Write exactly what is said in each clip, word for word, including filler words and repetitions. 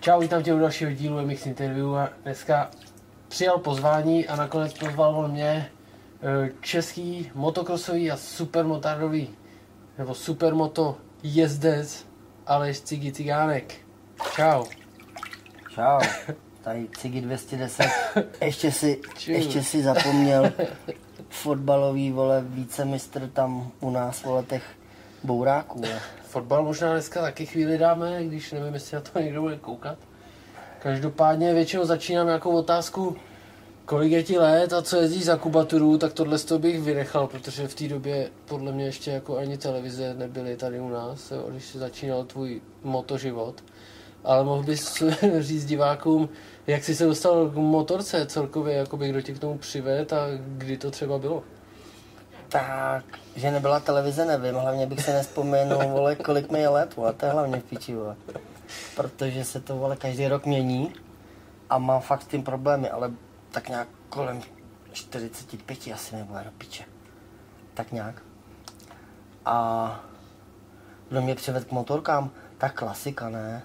Čau, vítám tě u dalšího dílu M X Interview a dneska přijal pozvání a nakonec pozval on mě český motokrosový a supermotárový nebo supermoto jezdec Aleš Cigi Cigánek. Čau. Čau, tady Cigi dvě stě deset. Ještě si, ještě si zapomněl fotbalový, vole, vícemistr tam u nás, vole, těch bouráků. Je. Fotbal možná dneska taky chvíli dáme, když nevím, jestli na to někdo bude koukat. Každopádně většinou začínám nějakou otázku, kolik je ti let a co jezdíš za kubaturu, tak tohle z toho bych vynechal, protože v té době podle mě ještě jako ani televize nebyly tady u nás, jo, když se začínal tvůj motoživot. Ale mohl bys říct divákům, jak jsi se dostal k motorce celkově, jakoby kdo tě k tomu přived a kdy to třeba bylo? Tak, že nebyla televize, nevím, hlavně bych se nevzpomenul, vole, kolik mi je let, vole, to je hlavně v piči, vole. Protože se to, vole, každý rok mění a mám fakt s tím problémy, ale tak nějak kolem čtyřicet pět asi nebo do piče. Tak nějak. A kdo mě přived k motorkám, tak klasika, ne?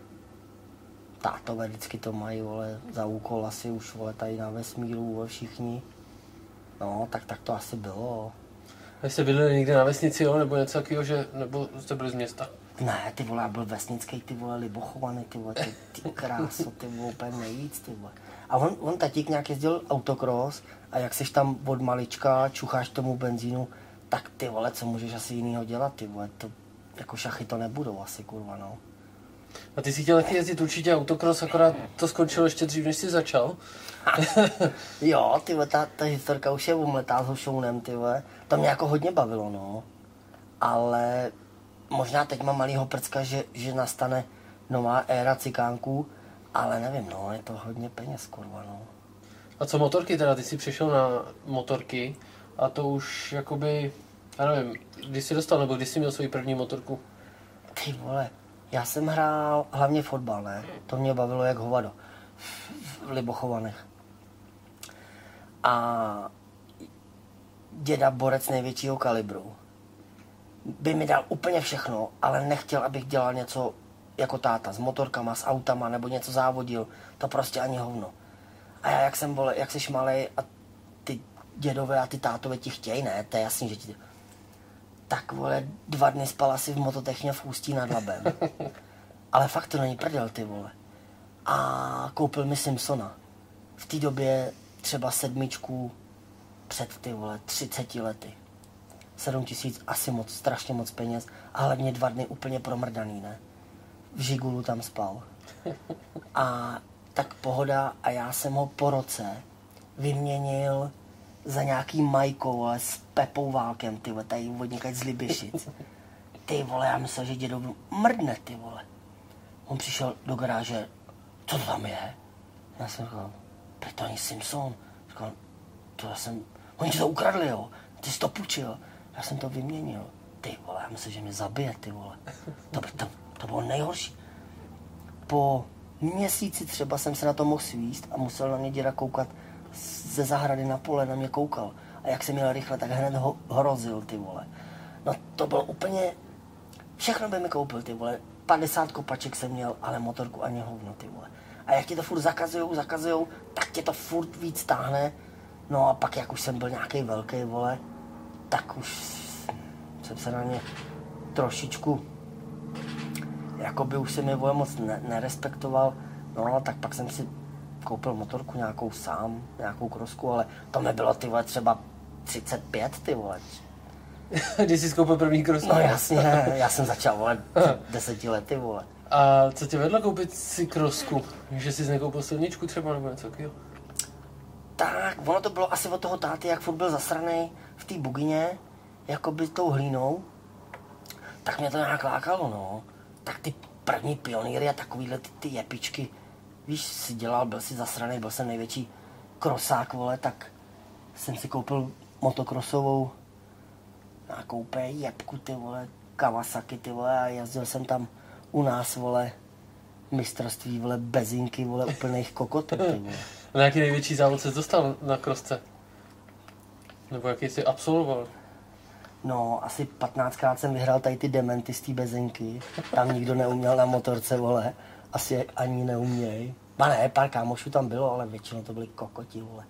Tátové vždycky to mají, vole, za úkol asi už, vole, tady na vesmíru, vole, všichni. No, tak tak to asi bylo. A jste bydleli někde na vesnici, jo, nebo něco takového, že, nebo jste byli z města? Ne, ty vole, já byl vesnický, ty vole, libochovaný, ty vole, ty, ty kráso, ty vole, úplně nejvíc, ty vole. A on, on tatík nějak jezdil autocross a jak seš tam od malička, čucháš tomu benzínu, tak ty vole, co můžeš asi jinýho dělat, ty vole, to, jako šachy to nebudou asi, kurva, no. A ty jsi chtěl taky jezdit určitě autocross, akorát to skončilo ještě dřív, než jsi začal. Jo, ty vole, ta, ta historka už je umletá s hošounem, ty vole. To mě jako hodně bavilo, no. Ale možná teď mám malýho prcka, že, že nastane nová éra cikánků, ale nevím, no, je to hodně peněz, kurva, no. A co motorky teda? Ty jsi přišel na motorky a to už jakoby, já nevím, kdy jsi dostal, nebo kdy jsi měl svoji první motorku? Ty vole, já jsem hrál hlavně fotbal, ne? To mě bavilo jak hovado. V Libochovanech. A děda borec největšího kalibru by mi dal úplně všechno, ale nechtěl, abych dělal něco jako táta, s motorkama, s autama, nebo něco závodil. To prostě ani hovno. A já, jak jsem, vole, jak jsi malej a ty dědové a ty tátové ti chtějí, ne, to je jasný, že ti... Tak, vole, dva dny spala si v mototechně v Ústí nad Labem. Ale fakt to není prdel, ty vole. A koupil mi Simpsona. V té době třeba sedmičku před, ty vole, třiceti lety. Sedm tisíc, asi moc, strašně moc peněz. A hlavně dva dny úplně promrdaný, ne? V Žigulu tam spal. A tak pohoda a já jsem ho po roce vyměnil za nějaký Majkou, ale s Pepou Válkem, ty vole, tady vodníkač z Libišic. Ty vole, já myslel, že dědovu mrdne, ty vole. On přišel do garáže, co to tam je? Já jsem říkal, to není Simpson. Říkal, to já jsem, oni ti to ukradli, jo, ty jsi to půjčil. Já jsem to vyměnil. Ty vole, já myslím, že mě zabije, ty vole. To, to, to bylo nejhorší. Po měsíci třeba jsem se na to mohl svíst a musel na mě děda koukat ze zahrady na pole, na mě koukal. A jak jsem měl rychle, tak hned ho hrozil, ty vole. No to bylo úplně... Všechno by mi koupil, ty vole. padesát kopaček jsem měl, ale motorku ani hovno, ty vole. A jak ti to furt zakazujou, zakazujou, tak tě to furt víc táhne. No a pak, jak už jsem byl nějaký velký, vole, tak už jsem se na ně trošičku... Jakoby už se mi, vole, moc ne- nerespektoval. No, tak pak jsem si koupil motorku nějakou sám, nějakou krosku, ale to mi bylo, ty vole, třeba třicet pět, ty vole. Když jsi koupil první krosku? No jasně, já jsem začal, vole, deseti lety, vole. A co tě vedlo koupit si krosku? Že jsi nekoupil silničku třeba nebo něco takového? Tak, ono to bylo asi od toho táty, jak furt byl zasranej v té bugině, jakoby tou hlínou, tak mě to nějak lákalo, no. Tak ty první pionýry a takovýhle ty, ty jepičky, víš, si dělal, byl si zasranej, byl jsem největší krosák, vole, tak jsem si koupil motokrosovou nějakou úplně jebku, ty vole, Kawasaki, ty vole, a jezdil jsem tam u nás, vole, mistrovství, vole, bezinky, vole, úplných kokotů, ty vole. Na jaký největší závod jsi dostal na krosce? Nebo jaký jsi absolvoval? No, asi patnáctkrát jsem vyhrál tady ty dementy z té bezinky. Tam nikdo neuměl na motorce, vole. asi ani neuměj. A ne, pár kámošů tam bylo, ale většinou to byli kokoti, vole.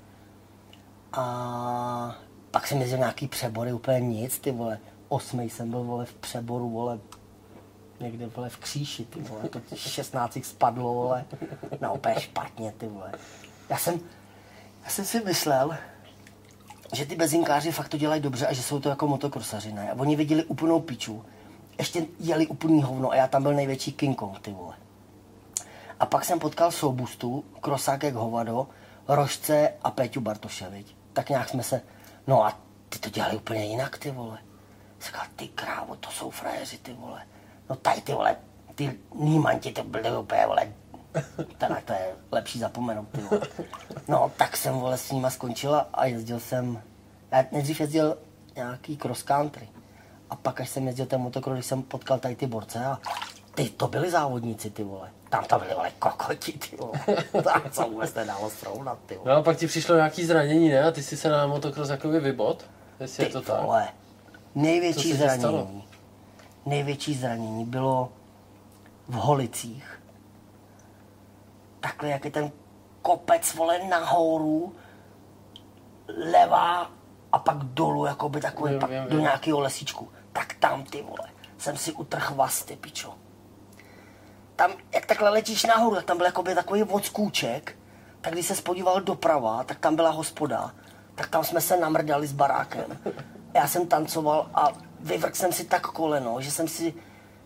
A pak jsem jezdil nějaký přebory, úplně nic, ty vole. Osmej jsem byl, vole, v přeboru, vole, někde, vole, v Kříši, ty vole. To šestnáct jich spadlo, vole. No, úplně špatně, ty vole. Já jsem, já jsem si myslel, že ty benzinkáři fakt to dělají dobře a že jsou to jako motokrosaři, ne? A oni viděli úplnou piču. Ještě jeli úplný hovno a já tam byl největší King Kong, ty vole. A pak jsem potkal Soubustu, Krosák jak hovado, Rožce a Péťu Bartoše, viď? Tak nějak jsme se... No a ty to dělali úplně jinak, ty vole. Říkal, ty krávo, to jsou frajeři, ty vole. No tady, ty vole, ty nímanti, to byly úplně, vole. Teda to je lepší zapomenout, ty vole. No, tak jsem, vole, s nima skončila a jezdil jsem... Já nejdřív jezdil nějaký cross country. A pak, až jsem jezdil ten motocross, když jsem potkal tady ty borce a ty, to byli závodníci, ty vole. Tam to byli, vole, kokoti, ty vole. Tam se vůbec nedalo srovnat, ty vole. No a pak ti přišlo nějaký zranění, ne? A ty jsi se na motocross jakoby vybod? Jestli Ty je to tak? vole, největší stalo? zranění, největší zranění bylo v Holicích. Takhle, jak je ten kopec, vole, nahoru, levá a pak dolů, jakoby takový, Vím, pak vím, do vím. nějakého lesíčku. Tak tam, ty vole, jsem si utrhl vás, ty pičo. Tam, jak takhle letíš nahoru, tak tam byl jakoby takový odskůček, tak když se podíval doprava, tak tam byla hospoda, tak tam jsme se namrdali s barákem. Já jsem tancoval a vyvrk jsem si tak koleno, že jsem si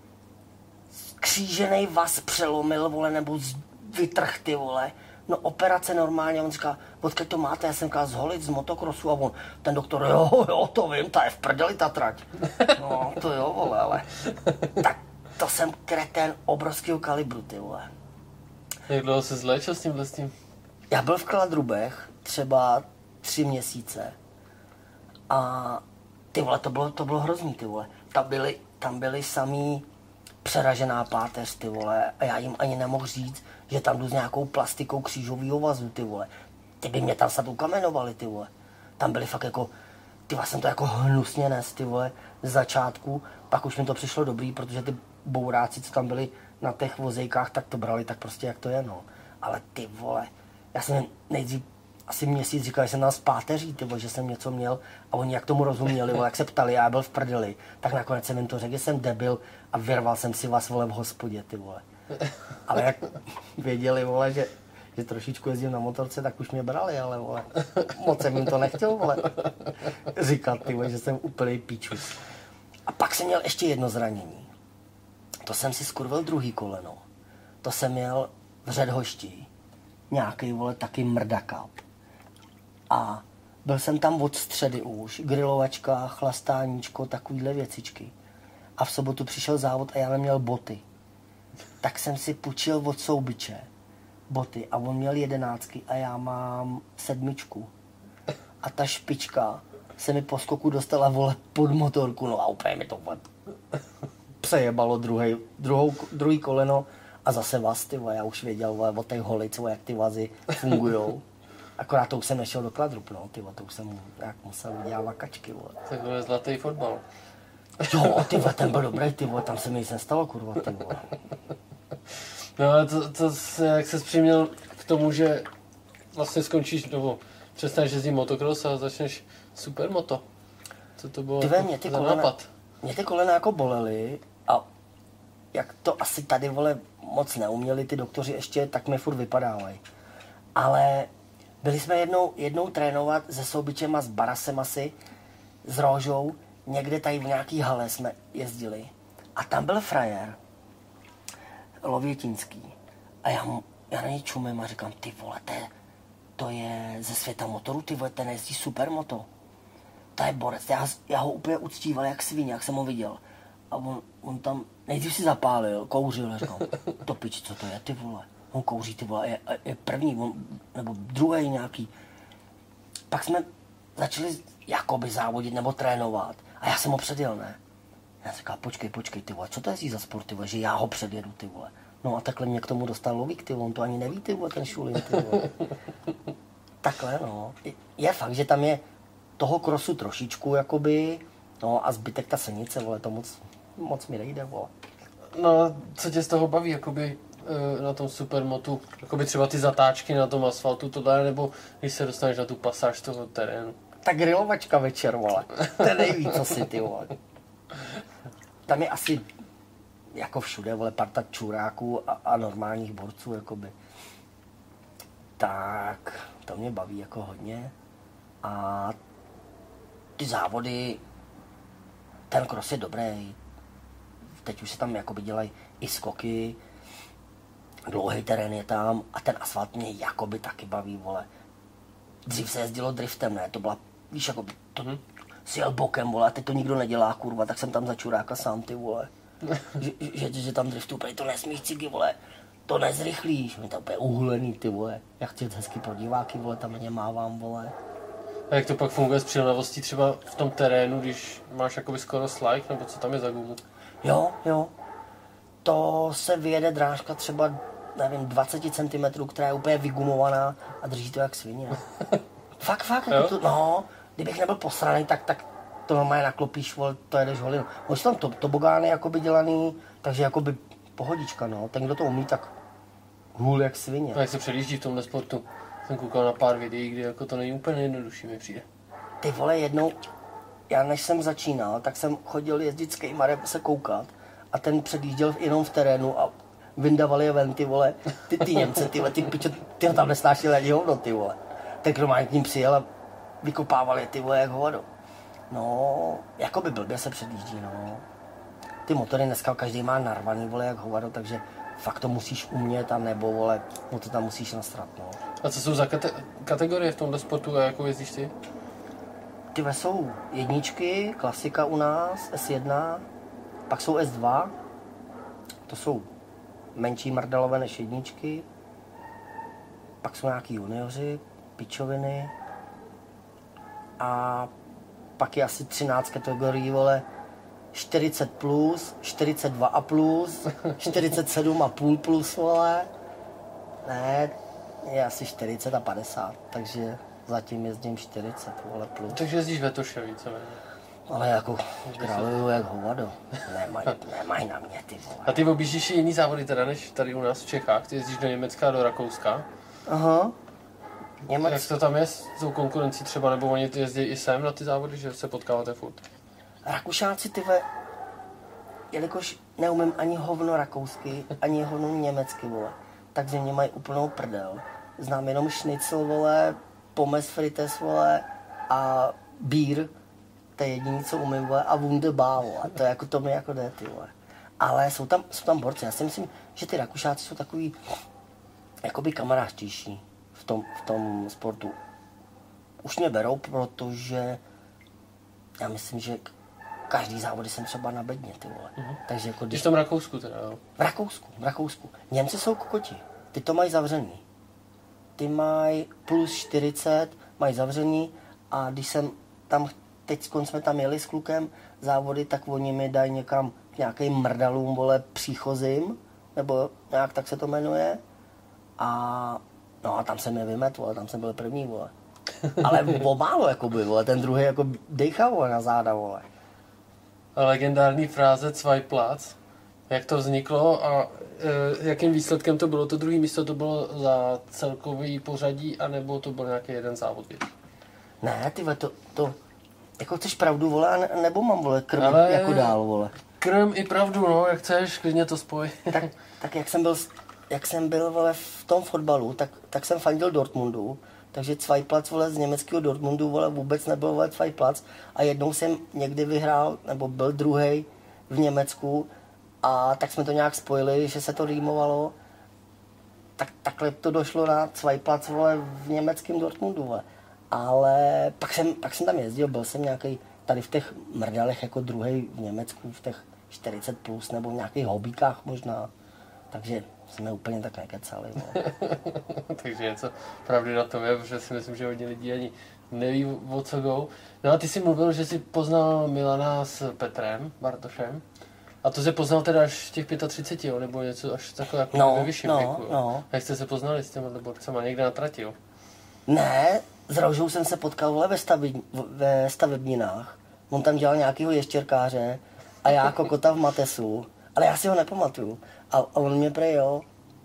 křížený vaz přelomil, vole, nebo z- vytrh, ty vole. No operace normálně, on říká, odkud to máte? Já jsem říkal, z Holic, z motokrosu a on, ten doktor, jo, jo, to vím, ta je v prdeli ta trať. No, to jo, vole, ale tak to jsem kretén obrovského kalibru, ty vole. Jak dlouho se zléčil s tímhle s tím? Já byl v Kladrubech třeba tři měsíce a ty vole, to bylo, to bylo hrozný, ty vole. Tam byly, tam byly samý přeražená páteř, ty vole, a já jim ani nemohl říct, že tam jdu s nějakou plastikou křížovýho vazu, ty vole. Ty by mě tam snad ukamenovali, ty vole. Tam byly fakt jako, ty vole, jsem to jako hnusně nes, ty vole, z začátku, pak už mi to přišlo dobrý, protože ty bouráci, co tam byli na těch vozejkách, tak to brali tak prostě, jak to je, no. Ale ty vole, já jsem nejdřív asi měsíc říkal, že jsem tam s páteří, ty vole, že jsem něco měl a oni jak tomu rozuměli, vole, jak se ptali, já byl v prdeli, tak nakonec jsem jim to řekl, že jsem debil a vyrval jsem si vás, vole, v hospodě, ty vole. Ale jak věděli, vole, že, že trošičku jezdím na motorce, tak už mě brali, ale, vole, moc jsem jim to nechtěl, vole, říkat, ty vole, že jsem úplný píčus. A pak jsem měl ještě jedno zranění. To jsem si skurvil druhý koleno. To jsem měl vŘedhošti. Nějaký, vole, taky mrdakap. A byl jsem tam od středy už, grilovačka, chlastáníčko, takovýhle věcičky. A v sobotu přišel závod a já neměl boty. Tak jsem si půjčil od Soubiče boty a on měl jedenáctky a já mám sedmičku. A ta špička se mi po skoku dostala, vole, pod motorku, no a úplně mi to, vole, přejebalo druhý, druhou, druhý koleno a zase vaz, ty vole, já už věděl, vole, od těch holic, vole, jak ty vazy fungujou. Akorát to už jsem nešel do Kladrup, no, ty vole, to už jsem jak musel udělat kačky, vole. Takhle zlatý fotbal. Jo, ty vole, ten byl dobrý, ty vole, tam se mi nic nestalo, kurva, ty vole. No ale to, to se, jak ses přiměl k tomu, že vlastně skončíš, nebo přestaneš jezdit motocross a začneš supermoto. Co to bylo Ty ve, mě ty za kolena, nápad? mě ty kolena jako bolely a jak to asi tady, vole, moc neuměli ty doktoři ještě, tak mi furt vypadávají. Ale byli jsme jednou, jednou trénovat se Soubičem a s Barasem asi, s Róžou, někde tady v nějaký hale jsme jezdili. A tam byl frajer, Lovětínský. A já, mu, já na něj čumím a říkám, ty vole, to je, to je ze světa motoru, ty vole, ten jezdí supermoto. To je borec, já, já ho úplně uctíval jak svině, jak jsem ho viděl. A on, on tam nejdřív si zapálil, kouřil, a říkal, to pič, co to je, ty vole. On kouří, ty vole, je, je první, on, nebo druhý nějaký. Pak jsme začali jakoby závodit nebo trénovat. A já jsem ho předjel, ne? Já říkal, počkej, počkej, ty vole, co to je za sport, ty vole, že já ho předjedu, ty vole. No a takhle mě k tomu dostal Lovík, ty vole, on to ani neví, ty vole, ten Šulin, ty vole. Takhle, no. Je fakt, že tam je toho krosu trošičku, jakoby, no a zbytek ta silnice, vole, to moc, moc mi nejde, vole. No, co tě z toho baví, jakoby na tom supermotu, jakoby třeba ty zatáčky na tom asfaltu, tohle, nebo když se dostaneš na tu pasáž toho terénu? Ta grilovačka večer, vole. To je nejvíc, co si, ty vole. Tam je asi jako všude, vole, parta čuráků a, a normálních borců, jakoby. Tak to mě baví jako hodně. A ty závody, ten cross je dobrý. Teď už se tam jakoby dělají i skoky, dlouhý terén je tam a ten asfalt mě jakoby taky baví, vole. Dřív se jezdilo driftem, ne, to byla, víš, jakoby, to mm-hmm. si jel bokem, vole, a teď to nikdo nedělá, kurva, tak jsem tam za čuráka sám, ty vole. že, že, že tam driftu, úplně to nesmíš, cigy, vole, to nezrychlíš, mě to úplně uhulený, ty vole. Já chci jít hezky pro diváky, vole, tam mě mávám, vole. A jak to pak funguje s přilnavostí třeba v tom terénu, když máš jakoby skoro slike, nebo co tam je za gumu? Jo, jo. To se vyjede drážka třeba, nevím, dvacet centimetrů, která je úplně vygumovaná a drží to jak svině. fakt, fakt, jako to, no, kdybych nebyl posraný, tak, tak to normálně naklopíš, vol, to jedeš holinu. Už tam to, tobogány jakoby dělaný, takže jakoby pohodička, no. Ten, kdo to umí, tak hůl jak svině. A jak se předjíždí v tomhle sportu? Jsem koukal na pár videí, kdy jako to není úplně nejjednodušší, mi přijde. Ty vole, jednou, já než jsem začínal, tak jsem chodil jezdit s kejmarem se koukat a ten předjížděl jenom v terénu a vyndavali je ven, ty vole, ty, ty Němce, ty vole, ty pičo, ty ho tam nesnášeli ani hovno, ty vole. Ten normálně k ním přijel a vykopával je, ty vole, jak hovado. No, jako by blbě se předjíždí, no. Ty motory dneska každý má narvaný, vole, jak hovado, takže fakt to musíš umět a nebo, vole, no to tam musíš nasrat, no. A co jsou za kate- kategorie v tomhle sportu a jako jezdíš ty? Ty jsou jedničky, klasika u nás, es jedna, pak jsou es dva, to jsou menší mrdalové než jedničky, pak jsou nějaký junioři, pičoviny a pak je asi třináct kategorií, vole, čtyřicet plus, čtyřicet dva a plus, čtyřicet sedm a půl plus, vole, ne, je asi čtyřicet a padesát, takže zatím jezdím čtyřicet, vole, plus. Takže jezdíš ve Toše víceméně. Ale jako králuju jak hovado, nemaj, nemaj na mě, ty vole. A ty objíždíš i jiný závody teda než tady u nás v Čechách, ty jezdíš do Německa a do Rakouska. Aha. Němec... Jak to tam je s tou konkurencí třeba, nebo oni jezdí i sem na ty závody, že se potkáváte furt? Rakušáci, ty ve, jelikož neumím ani hovno rakousky, ani hovno německy, vole, takže mě mají úplnou prdel. Znám jenom šnicl, vole, pommes frites, vole, a bír, to je jediné, co umím, vole, a wunderbar, vole, to je jako to mi jako jde, ty vole. Ale jsou tam, jsou tam borci, já si myslím, že ty Rakušáci jsou takový, jakoby kamarádštější v tom, v tom sportu. Už mě berou, protože já myslím, že každý závody jsem třeba na bedně, ty vole. Mm-hmm. Takže jako když... v tom Rakousku teda, jo? V Rakousku, v Rakousku. Němci jsou kokoti, ty to mají zavřený. Ty mají plus čtyřicet, mají zavřený a když jsem tam, teď jsme tam jeli s klukem závody, tak oni mi dají někam k nějakým mrdalům, vole, příchozím, nebo nějak tak se to jmenuje. A no a tam jsem je vymet, vole, tam jsem byl první, vole. Ale o málo, jakoby, vole, ten druhý jako dejchal, vole, na záda, vole. A legendární fráze Zweitplatz, jak to vzniklo a e, jakým výsledkem to bylo? To druhé místo to bylo za celkový pořadí, anebo to byl nějaký jeden závod? Ne, ty to, to, jako chceš pravdu, vole, nebo mám, vole, krm ale jako dál, vole. Krm i pravdu, no, jak chceš, klidně to spoj. tak, tak jak jsem byl, jak jsem byl, vole, v tom fotbalu, tak, tak jsem fandil Dortmundu, takže Zweitplatz, vole, z německého Dortmundu, vole, vůbec nebyl, vole, Zweitplatz a jednou jsem někdy vyhrál, nebo byl druhej v Německu a tak jsme to nějak spojili, že se to rýmovalo, tak takhle to došlo na Zweitplatz, vole, v německém Dortmundu, vole. Ale pak jsem, pak jsem tam jezdil, byl jsem nějaký tady v těch mrdalech jako druhý v Německu, v těch čtyřicet plus, nebo v nějakých hobíkách možná. Takže jsme úplně tak nekecali. Takže něco pravdy na tom je, protože si myslím, že hodně lidí ani neví, o co go. No a ty jsi mluvil, že jsi poznal Milana s Petrem Bartošem. A to jsi poznal teda až v těch třiceti pěti, jo? Nebo něco až takové jako no, ve vyšším no, věku. No. Jak jste se poznali s těma borcema někde na trati, jo? Ne, s Rožou jsem se potkal, vole, ve, staveb, ve stavebninách. On tam dělal nějakýho ještěrkáře a já kokota v Matesu, ale já si ho nepamatuju. A, a on mě prej, jo,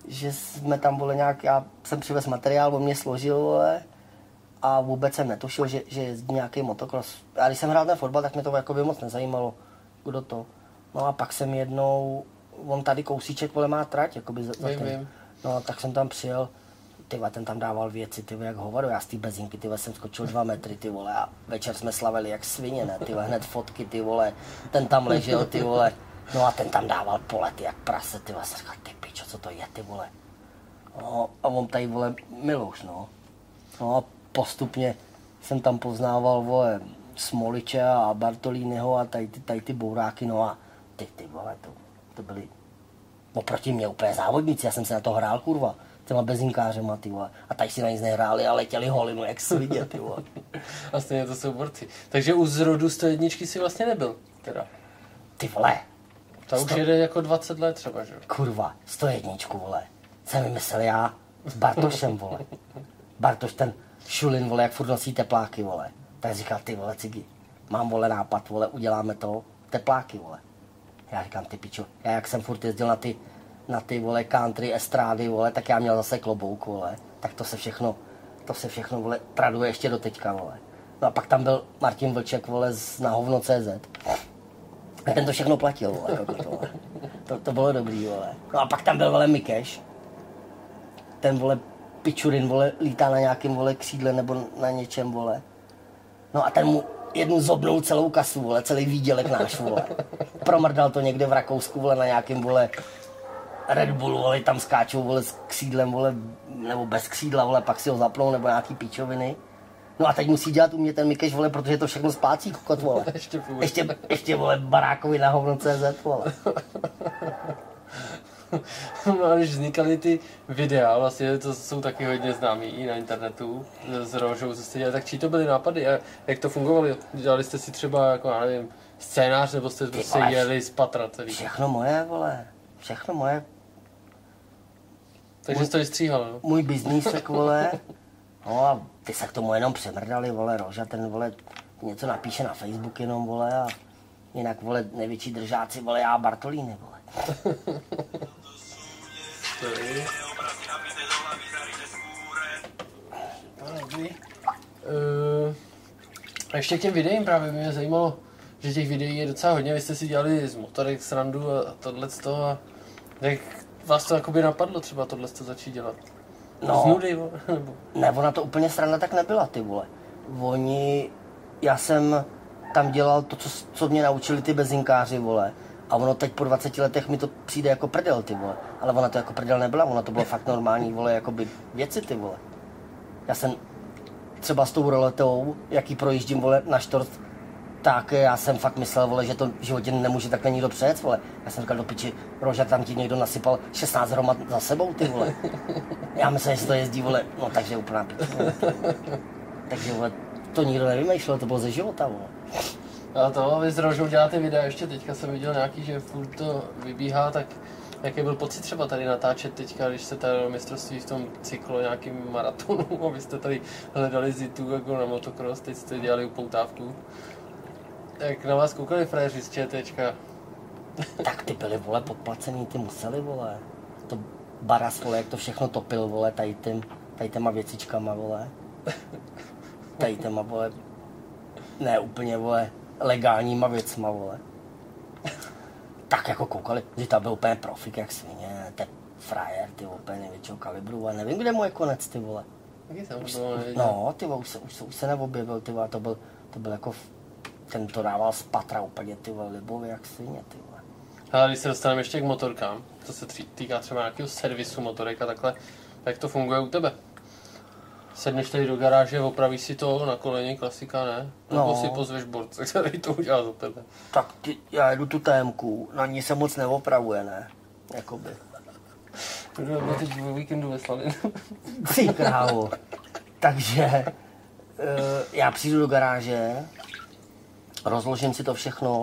že jsme tam, vole, nějak, já jsem přivez materiál, on mě složil, vole, a vůbec jsem netušil, že, že jezdí nějaký motocross. A když jsem hrál ten fotbal, tak mě to jako by moc nezajímalo, kdo to. No a pak jsem jednou, on tady kousíček, vole, má trať, jakoby za, za Vím, ten. vím. No tak jsem tam přijel, ty vole, ten tam dával věci, ty vole, jak hovado, já z té bezinky, ty vole, jsem skočil dva metry, ty vole, a večer jsme slavili jak svině, ne, ty vole, hned fotky, ty vole, ten tam ležel, ty vole, no a ten tam dával polety jak prase, ty vole, jsem říkal, ty pičo, co to je, ty vole. No a on tady, vole, Miloš, no. No a postupně jsem tam poznával, vole, Smoliče a Bartolínyho a tady ty, tady ty bouráky, no a ty, ty vole, to, to byly oproti mě úplně závodníci, já jsem se na to hrál, kurva, těma bezinkářema, ty vole, a tady si na nic nehráli a letěli holinu, jak svině, ty vole. A stejně to jsou borci. Takže u zrodu sto jedničky si vlastně nebyl, teda. Ty vole. Ta už jede jako dvacet let třeba, že? Kurva, sto jedničku, vole. Jsem vymyslel já s Bartošem, vole. Bartoš ten šulin, vole, jak furt nosí tepláky, vole. Tak říkal, ty vole, Cigi, mám, vole, nápad, vole, uděláme to, tepláky, vole. Já říkám, ty pičo, já jak jsem furt jezdil na ty, na ty, vole, country, estrády, vole, tak já měl zase klobouk, vole. Tak to se všechno, to se všechno, vole, traduje ještě do teďka, vole. No a pak tam byl Martin Vlček, vole, z nahovno tečka cé zet. A ten to všechno platil, vole, jako to, vole. To, to bylo dobrý, vole. No a pak tam byl, vole, Mikeš. Ten, vole, pičurin, vole, lítá na nějakém, vole, křídle nebo na něčem, vole. No a ten mu jednu zobnul celou kasu, vole, celý výdělek náš, vole. Promrdal to někde v Rakousku, vole, na nějakém, vole, Red Bullu, vole, tam skáčou, vole, s křídlem, vole, nebo bez křídla, vole, pak si ho zapnou, nebo nějaký pičoviny. No a teď musí dělat u mě ten Mikeš, vole, protože to všechno splácí, kokot, vole. Ještě, ještě, ještě, vole, barákovi na hovno tečka cé zet, vole. No a když vznikaly ty videa, vlastně to jsou taky hodně známý i na internetu s Rožou, co jste dělali, tak čí to byly nápady a jak to fungovalo? Dělali jste si třeba, jako já nevím, scénář, nebo jste prostě jeli z patra celý? Všechno moje, vole, všechno moje. Takže jsi to vystříhal, no? Můj biznísek, vole, no a ty se k tomu jenom přemrdali, vole, Roža, ten, vole, něco napíše na Facebook jenom, vole, a jinak, vole, největší držáci, vole, já a Bartolíny, vole. Sorry. Uh, a ještě k těm videím právě mě zajímalo, že těch videí je docela hodně, vy jste si dělali z motorek srandu a tohleto a jak vás to jakoby napadlo třeba tohleto začít dělat? No, z nudy, nebo? Ne, ona to úplně sranda tak nebyla, ty vole. Oni, já jsem tam dělal to, co, co mě naučili ty bezinkáři, vole. A ono teď po dvaceti letech mi to přijde jako prdel, ty vole. Ale ona to jako prdel nebyla, ona to bylo fakt normální, vole, jakoby věci, ty vole. Já jsem třeba s tou roletou, jaký projíždím, vole, na štort, tak já jsem fakt myslel, vole, že to v životě nemůže takhle nikdo přejet, vole. Já jsem říkal do piči, Roža, tam ti někdo nasypal šestnáct hromad za sebou, ty vole. Já myslím, že to jezdí, vole, no takže úplná piči, vole. Takže, vole, to nikdo nevymýšlel, to bylo ze života, vole. A to, vy s Rožou děláte videa, ještě teďka jsem viděl nějaký, že furt to vybíhá, tak jaký byl pocit třeba tady natáčet teďka, když jste tady na mistrovství v tom cyklo nějakým maratonu, abyste tady hledali zitu jako na motocross, teď jste dělali upoutávku. Jak na vás koukali frajeři z ČTčka? Tak ty byli, vole, podplacený, ty museli, vole. To Baras, vole, jak to všechno topil, vole, tady tím, tady těma věcičkama, vole. Tady těma, vole, ne úplně, vole, legálníma věcma, vole. Tak jako koukali, že tam byl úplně profik, jak svině, ten frajer, ty vole, úplně největšího kalibru, a nevím, kde mu je konec, ty vole. Taky jsem Už, to no, ty vole, už se, už, se, už se neobjevil, ty vole, to byl, to byl jako, ten to dával z patra úplně, ty vole, libově, jak svině, ty vole. Ale když se dostaneme ještě k motorkám, to se týká třeba nějakého servisu motorek a takhle, jak to funguje u tebe? Sedneš tady do garáže, opravíš si to na koleně, klasika, ne? Nebo No. si pozveš borce, který to udělá za tebe. Tak ty, já jedu tu témku, na ní se moc neopravuje, ne? Jakoby. Budeme teď v víkendu ve Slanin. Ty krávo. Takže uh, já přijdu do garáže, rozložím si to všechno,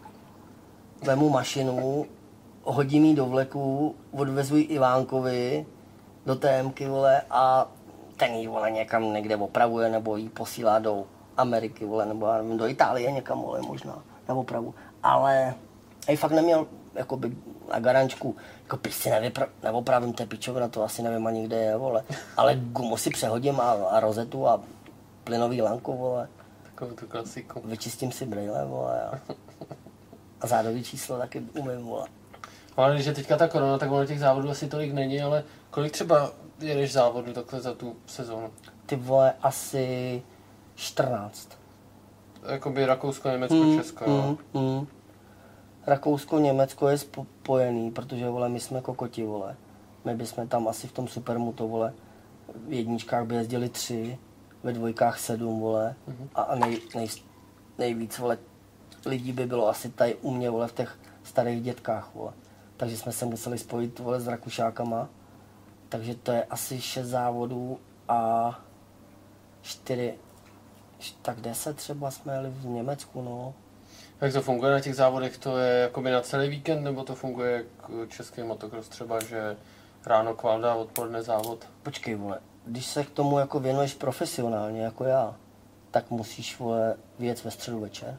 vemu mašinu, hodím ji do vleku, odvezu ji Ivánkovi do témky, vole, a ten ji, vole, někam někde opravuje, nebo ji posílá do Ameriky, vole, nebo já nevím, do Itálie někam, vole, možná, na opravu. Ale já fakt neměl jakoby na garančku, jako pis si nevypra- neopravím té pičovina, to asi nevím ani kde je, vole. Ale gumu si přehodím a, a rozetu a plynový lanku, vole. Takovou tu klasiku. Vyčistím si brejle, vole. A, a zádový číslo taky umím, vole. Ale když je teďka ta korona, tak ono těch závodů asi tolik není, ale kolik třeba jedeš závodů takhle za tu sezónu? Ty vole, asi čtrnáct. Jakoby Rakousko, Německo, Mm, Česko, jo. mm, mm. Rakousko, Německo je spojený, protože, vole, my jsme kokoti, vole. My bychom tam asi v tom supermuto, vole, v jedničkách by jezdili tři, ve dvojkách sedm, vole. Mm-hmm. A nej, nej, nejvíc, vole, lidí by bylo asi tady u mě, vole, v těch starých dětkách, vole. Takže jsme se museli spojit, vole, s Rakušákama. Takže to je asi šest závodů a čtyři, tak deset třeba jsme jeli v Německu, no. Jak to funguje na těch závodech? To je jakoby na celý víkend, nebo to funguje jak český motocross třeba, že ráno kvalda, odpoledne závod? Počkej, vole, když se k tomu jako věnuješ profesionálně, jako já, tak musíš, vole, vyjet ve středu večer.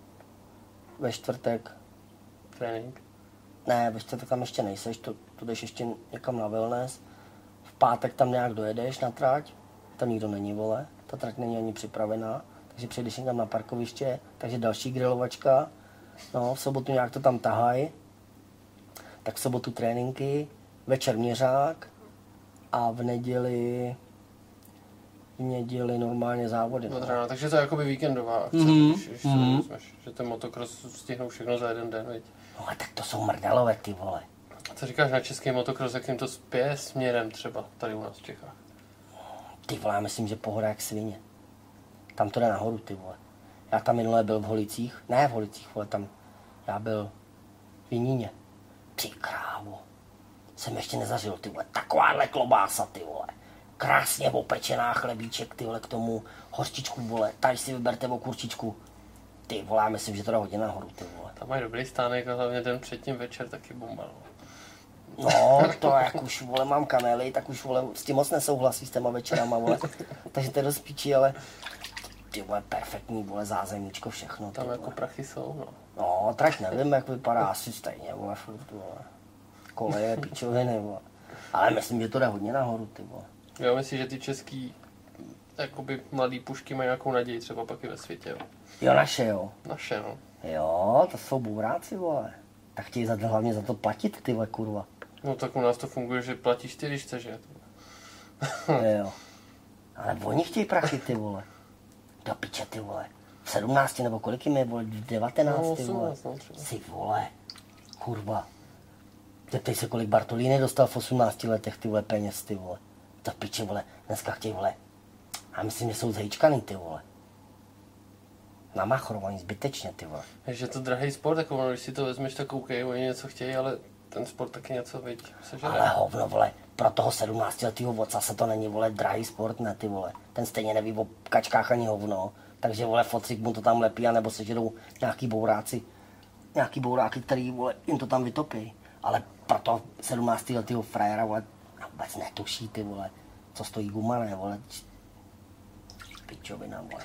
Ve čtvrtek. Trénink? Ne, ve čtvrtek tam ještě nejseš, to, to jdeš ještě někam na wellness. V pátek tam nějak dojedeš na trať, tam nikdo není, vole, ta trať není ani připravená, takže přijdeš někam na parkoviště, takže další grilovačka, no, v sobotu nějak to tam tahají, tak v sobotu tréninky, večer měřák a v neděli, v neděli normálně závody. Od No. rána, takže to je jakoby víkendová akce, Mhm, když, když mhm. to vezmeš, že ten motocross stihnou všechno za jeden den, viď? No a tak to jsou mrdalové, ty vole. A co říkáš na český motocross, jak jim to spěje směrem třeba tady u nás v Čechách? Ty vole, já myslím, že pohoda jak svině. Tam to jde nahoru, ty vole. Já tam minule byl v Holicích, ne v Holicích, vole, tam, já byl v Jiníně. Ty krávo, jsem ještě nezažil, ty vole, takováhle klobása, ty vole. Krásně opečená chlebíček, ty vole, k tomu hořčičku, vole, tady si vyberte o kurčičku. Ty vole, já myslím, že to jde hodně nahoru, ty vole. Tam mají dobrý stánek a hlavně den předtím večer taky bomba, no. No, to jak už, vole, mám kanely, tak už, vole, s tím moc nesouhlasí s těma večerama, vole. Takže to je dost píči, ale ty vole, perfektní, vole, zázemíčko, všechno. Tam ty, jako vole. prachy jsou, no. No, trať nevím, jak vypadá, asi stejně, vole, furt, vole. Koleje, pičoviny, vole. Ale myslím, že to jde hodně nahoru, ty vole. Já myslím, že ty český jakoby mladý pušky mají nějakou naději třeba pak i ve světě, jo. Jo, naše, jo. Naše, no. Jo, to jsou bouráci, vole. Tak chtějí za, hlavně za to platit, ty vole, kurva. No tak u nás to funguje, že platíš ty, když chceš, že? Jo. Ale oni chtějí prachy, ty vole. Do piče, ty vole. V sedmnácti nebo kolik jim je, vole, v devatenácti, No, ty vole. osmnáct, no, třeba. Si vole, kurva. Zeptej se, kolik Bartolíny dostal v osmnácti letech, ty vole, peněz, ty vole. To piče, vole, dneska chtějí, vole. A myslím, že jsou zhejčkaný, ty vole. Namachrovaný zbytečně, ty vole. Takže je to drahý sport, jako ono, když si to vezmeš, tak OK, oni něco chtějí, ale ten sport taky něco, viď, sežere. Ale hovno, vole, pro toho sedmnáctiletýho voca se to není, vole, drahý sport, ne, ty vole. Ten stejně neví o kačkách ani hovno. Takže, vole, focik mu to tam lepí, anebo sežerou nějaký bouráci, nějaký bouráky, který, vole, jim to tam vytopí. Ale pro toho sedmnáctiletýho frajera, vole, vůbec netuší, ty vole, co stojí guma, ne, vole. Pičovina, vole.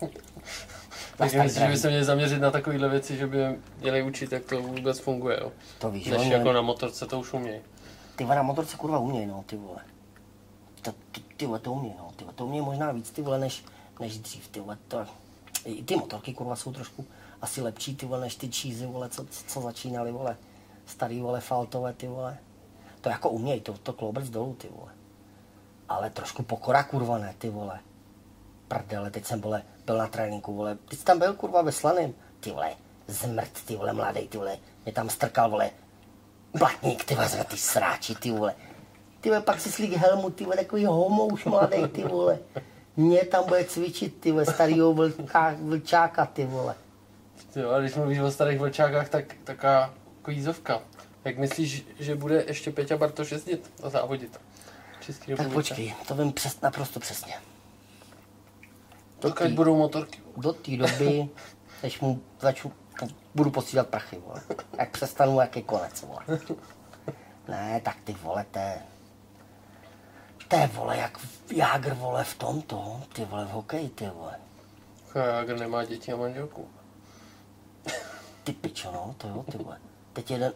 Tak myslím, že by se měli zaměřit na takovéhle věci, že by je měli učit, jak to vůbec funguje, jo. To víš, Než jo, jako měli- na motorce to už umějí. Ty vole, na motorce kurva uměj, no, ty vole. To, ty, ty vole, to uměj, no, ty vole, to uměj možná víc, ty vole, než, než dřív, ty vole, to... I ty motorky, kurva, jsou trošku asi lepší, ty vole, než ty cheesy, vole, co, co začínaly, vole, starý, vole, faltové, ty vole. To jako uměj, to, to klobec dolů, ty vole. Ale trošku pokora, kurva, ne, ty vole. Prdele, teď jsem, vole, byl na tréninku, vole, ty jsi tam byl, kurva, ve Slaném, ty vole, zmrt, ty vole, mladej, ty vole, mě tam strkal, vole, blatník, ty vole, ty sráči, ty vole. Ty vole, pak si slík helmu, ty vole, takový homo už mladej, ty vole. Mě tam bude cvičit, ty vole, starýho vlka, vlčáka, ty vole. Jo, a když mluvíš o starých vlčákách, tak taká jako jízovka. Jak myslíš, že bude ještě Peťa Bartoš jezdit a závodit? Český Tak republice. počkej, to vím přes, naprosto přesně. Do Dokud tý- budou motorky. Do té doby, než mu začnu, budu posílat prachy, vole. Jak přestanu, jak je konec, vole. Ne, tak ty vole, to je... To je, vole, jak Jágr, vole, v tomto, ty vole, v hokeji, ty vole. Jágr nemá děti a manželku. Ty pičo, no, to jo, ty vole. Teď jeden,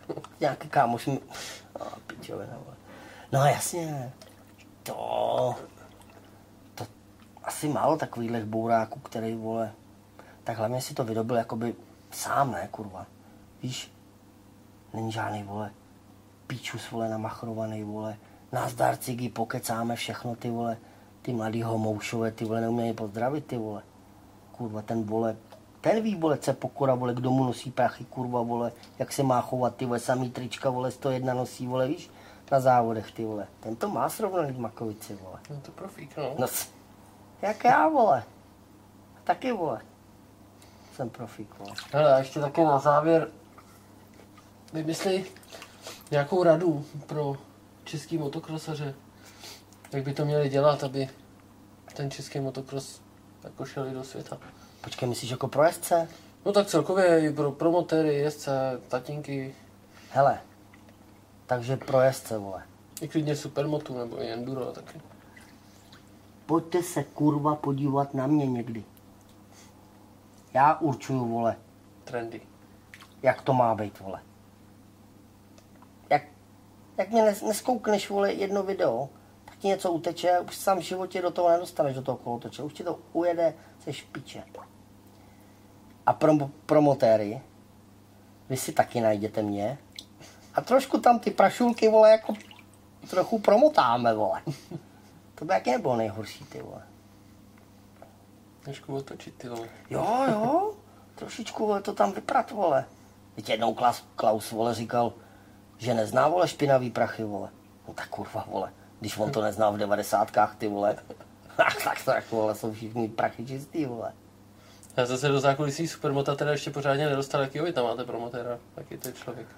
Nějaký kámoš mi... No, pičovina, vole. No jasně. To... To... Asi málo takovýchhle bouráků, který, vole... Tak hlavně si to vydobil jakoby sám, ne, kurva. Víš? Není žádný, vole, píčus, vole, namachrovaný, vole. Nazdar, cigy, pokecáme všechno, ty vole. Ty mladý homoušové, ty vole, neumějí pozdravit, ty vole. Kurva, ten, vole, ten ví, vole, co pokora, vole, kdo mu nosí prachy, kurva, vole, jak se má chovat, ty vole, samý trička, vole, sto jedna nosí, vole, víš, na závodech, ty vole. Ten to má srovnaný v Makovici, vole. No to profík, no. No, jak já, vole. Taky, vole. Jsem profík, vole. Hele, a ještě také na závěr vymyslej nějakou radu pro český motokrosaře. Jak by to měli dělat, aby ten český motokros jako šel i do světa. Počkej, myslíš jako pro jezdce? No tak celkově i pro promotéry, jezdce, tatínky. Hele, takže pro jezdce, vole. I klidně supermotu nebo i enduro taky. Pojďte se, kurva, podívat na mě někdy. Já určuju, vole, Trendy. jak to má být, vole. Jak, jak mě nes, neskoukneš, vole, jedno video, tak ti něco uteče, už sám v životě do toho nedostaneš, do toho kolotoče. Už ti to ujede se špiče. A prom, promotéry, vy si taky najděte mě. A trošku tam ty prašulky, vole, jako trochu promotáme, vole. To by taky nebylo nejhorší, ty vole. Trošku otočit, ty vole. Jo, jo, trošičku, vole, to tam vyprat, vole. Teď jednou Klaus, Klaus, vole, říkal, že nezná, vole, špinavý prachy, vole. No tak kurva, vole, když on to nezná v devadesátkách, ty vole. tak to jako, vole, jsou všichni prachy čistý, vole. Já zase do zákulisí supermota teda ještě pořádně nedostal, jakýho vy tam máte promotéra, jaký to je člověk.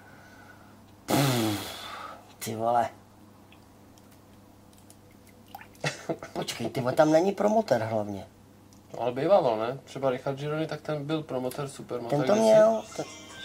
Ty vole. Počkej, ty vole, tam není promotér hlavně. No, ale bývával, ne? Třeba Richard Gironi, tak ten byl promotér supermota. Ten to měl, ten,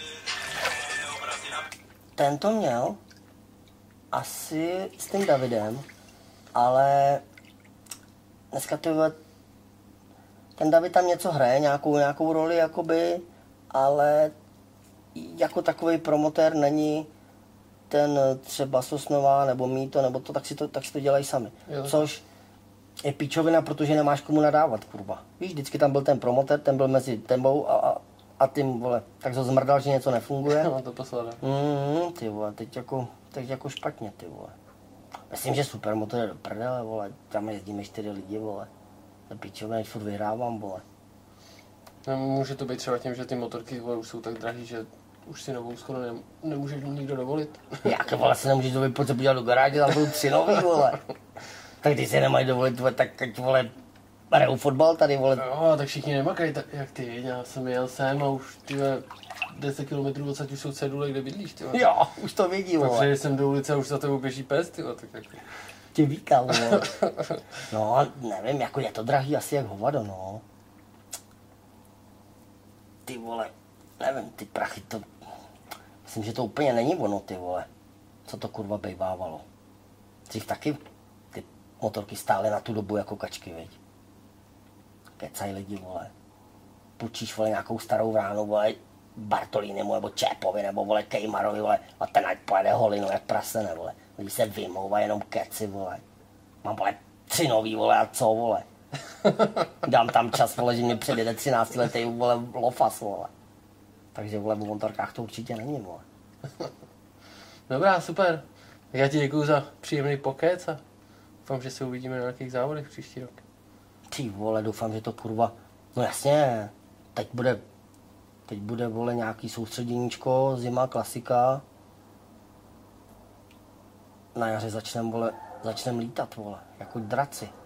ten to měl, asi s tím Davidem, ale dneska ty vole, ten David tam něco hraje, nějakou, nějakou roli, jakoby, ale jako takový promotér není ten třeba Sosnová nebo Mýto, nebo to, tak si to, tak si to dělají sami. Jo. Což je píčovina, protože nemáš komu nadávat, kurva. Víš, vždycky tam byl ten promotér, ten byl mezi tebou a, a, a tím, vole, tak se zmrdal, že něco nefunguje. No to poslal, Mm, ty vole, teď jako, teď jako špatně, ty vole. Myslím, že supermotor je do prdele, vole, tam jezdíme čtyři lidi, vole. To píčovina, furt vyhrávám, vole. No, může to být třeba tím, že ty motorky, vole, už jsou tak drahý, že už si novou skoro ne, nemůžeš nikdo dovolit. Jak, vole, si nemůžeš dovolit, pojď se podívat do garáže, tam budou tři nový, vole. Tak ty si nemají dovolit, vole, tak, tak vole, hrajou fotbal tady, vole. Jo, tak všichni nemakají tak, jak ty. Já jsem jel sem a už, tyhle, deset kilometrů odsud už jsou cedule, kde bydlíš, tyhle. Jo, už to vidí, vole. Takže jsem do ulice a už za tebou běží pes, tyhle, tak jak... Tě víkal, vole. No, nevím, jako je to drahý asi jak hovado, no. Ty vole, nevím, ty prachy, to... Myslím, že to úplně není ono, ty vole. Co to kurva bejvávalo. Dřív taky ty motorky stály na tu dobu jako kačky, veď. Kecaj lidi, vole. Půjčíš, vole, nějakou starou vránu, vole, Bartolínimu, nebo Čépovi, nebo, vole, Kejmarovi, vole, a ten ať pojede holinu, jak prase, ne, vole. Lidi se vymlouvají jenom keci, vole. Mám, vole, tři nový, vole, a co, vole. Dám tam čas, vole, že mě předjede třináctiletý, vole, lofas, vole. Takže, vole, v motorkách to určitě není, vole. Dobrá, super. Tak já ti děkuju za příjemný pokec a doufám, že se uvidíme na nějakých závodech příští rok. Ty vole, doufám, že to kurva... No jasně, teď bude... Teď bude, vole, nějaký soustředěníčko, zima, klasika. Na jaře začnem, vole, začnem lítat, vole, jako draci.